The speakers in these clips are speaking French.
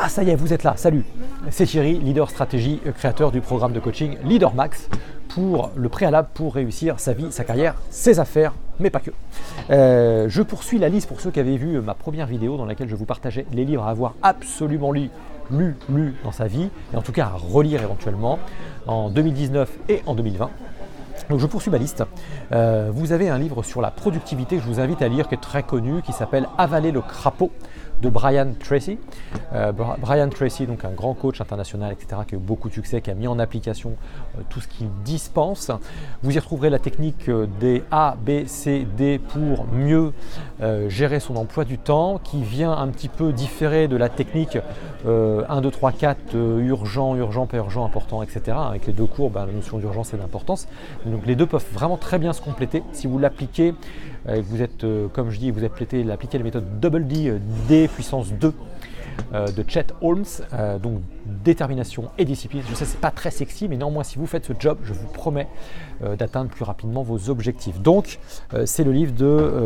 Ah ça y est, vous êtes là, salut. C'est Thierry, leader stratégie, créateur du programme de coaching Leader Max pour le préalable pour réussir sa vie, sa carrière, ses affaires, mais pas que. Je poursuis la liste pour ceux qui avaient vu ma première vidéo dans laquelle je vous partageais les livres à avoir absolument lu dans sa vie, et en tout cas à relire éventuellement en 2019 et en 2020. Donc je poursuis ma liste. Vous avez un livre sur la productivité que je vous invite à lire qui est très connu, qui s'appelle Avaler le crapaud de Brian Tracy. Brian Tracy, donc un grand coach international, etc., qui a eu beaucoup de succès, qui a mis en application tout ce qu'il dispense. Vous y retrouverez la technique des A, B, C, D pour mieux gérer son emploi du temps, qui vient un petit peu différer de la technique 1, 2, 3, 4, urgent, pas urgent, important, etc. Avec les deux courbes, la notion d'urgence et d'importance. Donc les deux peuvent vraiment très bien se compléter. Si vous l'appliquez, vous êtes, comme je dis, vous appliquez la méthode Double D, D puissance 2 de Chet Holmes, donc détermination et discipline. Je sais, c'est pas très sexy, mais néanmoins, si vous faites ce job, je vous promets d'atteindre plus rapidement vos objectifs. Donc, c'est le livre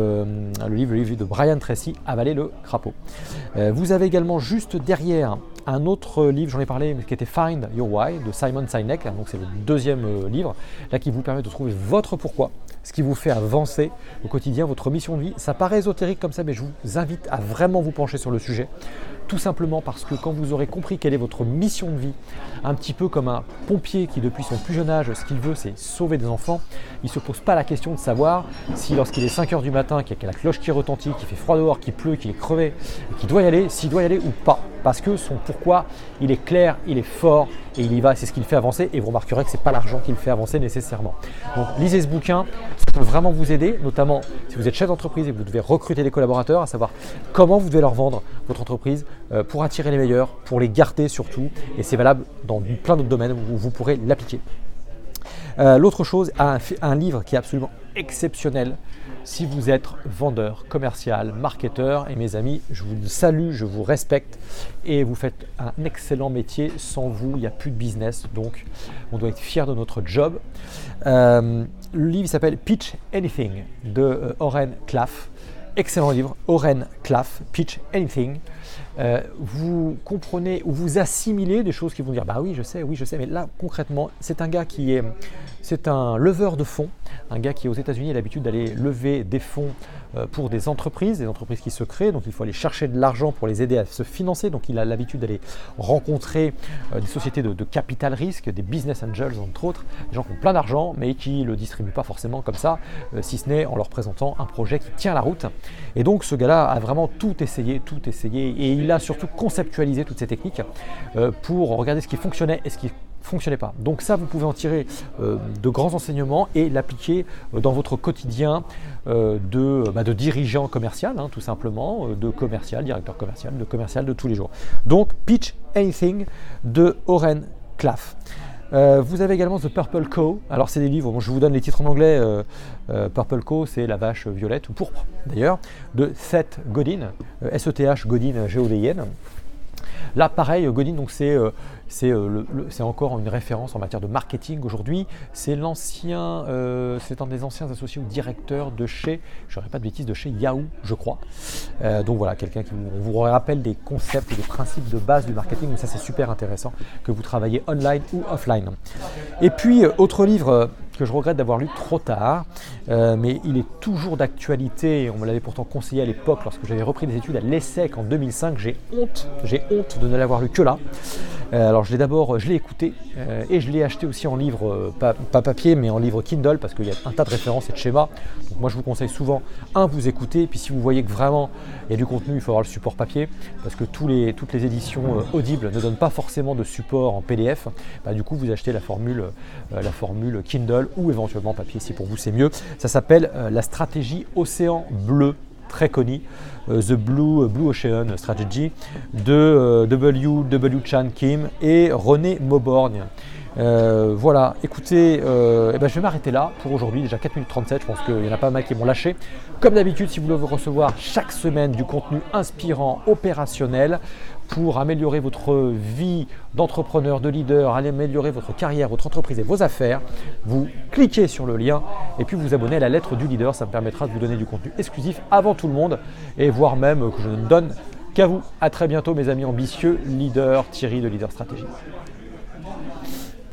de Brian Tracy, Avaler le crapaud. Vous avez également juste derrière un autre livre, j'en ai parlé, mais qui était Find Your Why de Simon Sinek. Donc, c'est le deuxième livre là qui vous permet de trouver votre pourquoi, ce qui vous fait avancer au quotidien, votre mission de vie. Ça paraît ésotérique comme ça, mais je vous invite à vraiment vous pencher sur le sujet. Tout simplement parce que quand vous aurez compris quelle est votre mission de vie, un petit peu comme un pompier qui depuis son plus jeune âge, ce qu'il veut c'est sauver des enfants, il ne se pose pas la question de savoir si lorsqu'il est 5h du matin, qu'il y a la cloche qui retentit, qu'il fait froid dehors, qu'il pleut, qu'il est crevé, qu'il doit y aller, s'il doit y aller ou pas. Parce que son pourquoi, il est clair, il est fort et il y va, c'est ce qui le fait avancer. Et vous remarquerez que ce n'est pas l'argent qui le fait avancer nécessairement. Donc lisez ce bouquin, ça peut vraiment vous aider, notamment si vous êtes chef d'entreprise et que vous devez recruter des collaborateurs, à savoir comment vous devez leur vendre votre entreprise pour attirer les meilleurs, pour les garder surtout. Et c'est valable dans plein d'autres domaines où vous pourrez l'appliquer. L'autre chose, un livre qui est absolument exceptionnel. Si vous êtes vendeur, commercial, marketeur, et mes amis, je vous salue, je vous respecte et vous faites un excellent métier. Sans vous, il n'y a plus de business, donc on doit être fier de notre job. Le livre s'appelle Pitch Anything de Oren Klaff. Excellent livre, Oren Klaff, Pitch Anything. Vous comprenez ou vous assimilez des choses qui vont dire bah oui je sais, mais là concrètement c'est un gars c'est un leveur de fonds, un gars qui aux États-Unis a l'habitude d'aller lever des fonds pour des entreprises qui se créent, donc il faut aller chercher de l'argent pour les aider à se financer, donc il a l'habitude d'aller rencontrer des sociétés de capital risque, des business angels entre autres, des gens qui ont plein d'argent mais qui ne le distribuent pas forcément comme ça, si ce n'est en leur présentant un projet qui tient la route. Et donc ce gars-là a vraiment tout essayé et il a surtout conceptualisé toutes ces techniques pour regarder ce qui fonctionnait et ce qui fonctionnait pas. Donc ça, vous pouvez en tirer de grands enseignements et l'appliquer dans votre quotidien de dirigeant commercial, tout simplement, de commercial, directeur commercial, de commercial de tous les jours. Donc Pitch Anything de Oren Klaff. Vous avez également The Purple Cow. Alors c'est des livres, bon, je vous donne les titres en anglais. Purple Cow, c'est la vache violette ou pourpre d'ailleurs, de Seth Godin, S-E-T-H Godin, G-O-D-I-N. Là, pareil, Godin, donc c'est encore une référence en matière de marketing aujourd'hui. C'est un des anciens associés ou directeurs de chez, je ne dirais pas de bêtises, de chez Yahoo, je crois. Donc voilà, quelqu'un qui vous rappelle des concepts et des principes de base du marketing. Donc ça, c'est super intéressant que vous travaillez online ou offline. Et puis, autre livre que je regrette d'avoir lu trop tard, mais il est toujours d'actualité. On me l'avait pourtant conseillé à l'époque lorsque j'avais repris des études à l'ESSEC en 2005. J'ai honte de ne l'avoir lu que là. Alors je l'ai écouté et je l'ai acheté aussi en livre, pas papier, mais en livre Kindle parce qu'il y a un tas de références et de schémas. Donc moi je vous conseille souvent, vous écoutez, et puis si vous voyez que vraiment il y a du contenu, il faut avoir le support papier parce que toutes les éditions audibles ne donnent pas forcément de support en PDF. Du coup vous achetez la formule Kindle ou éventuellement papier si pour vous c'est mieux. Ça s'appelle la stratégie Océan Bleu, très connu, The Blue Ocean Strategy de W. Chan Kim et René Mauborgne. Voilà, écoutez, je vais m'arrêter là pour aujourd'hui, déjà 4 minutes 37, je pense qu'il y en a pas mal qui m'ont lâché. Comme d'habitude, si vous voulez recevoir chaque semaine du contenu inspirant, opérationnel, pour améliorer votre vie d'entrepreneur, de leader, améliorer votre carrière, votre entreprise et vos affaires, vous cliquez sur le lien et puis vous abonnez à la lettre du leader. Ça me permettra de vous donner du contenu exclusif avant tout le monde et voire même que je ne donne qu'à vous. À très bientôt mes amis ambitieux leaders, Thierry de Leader Stratégie.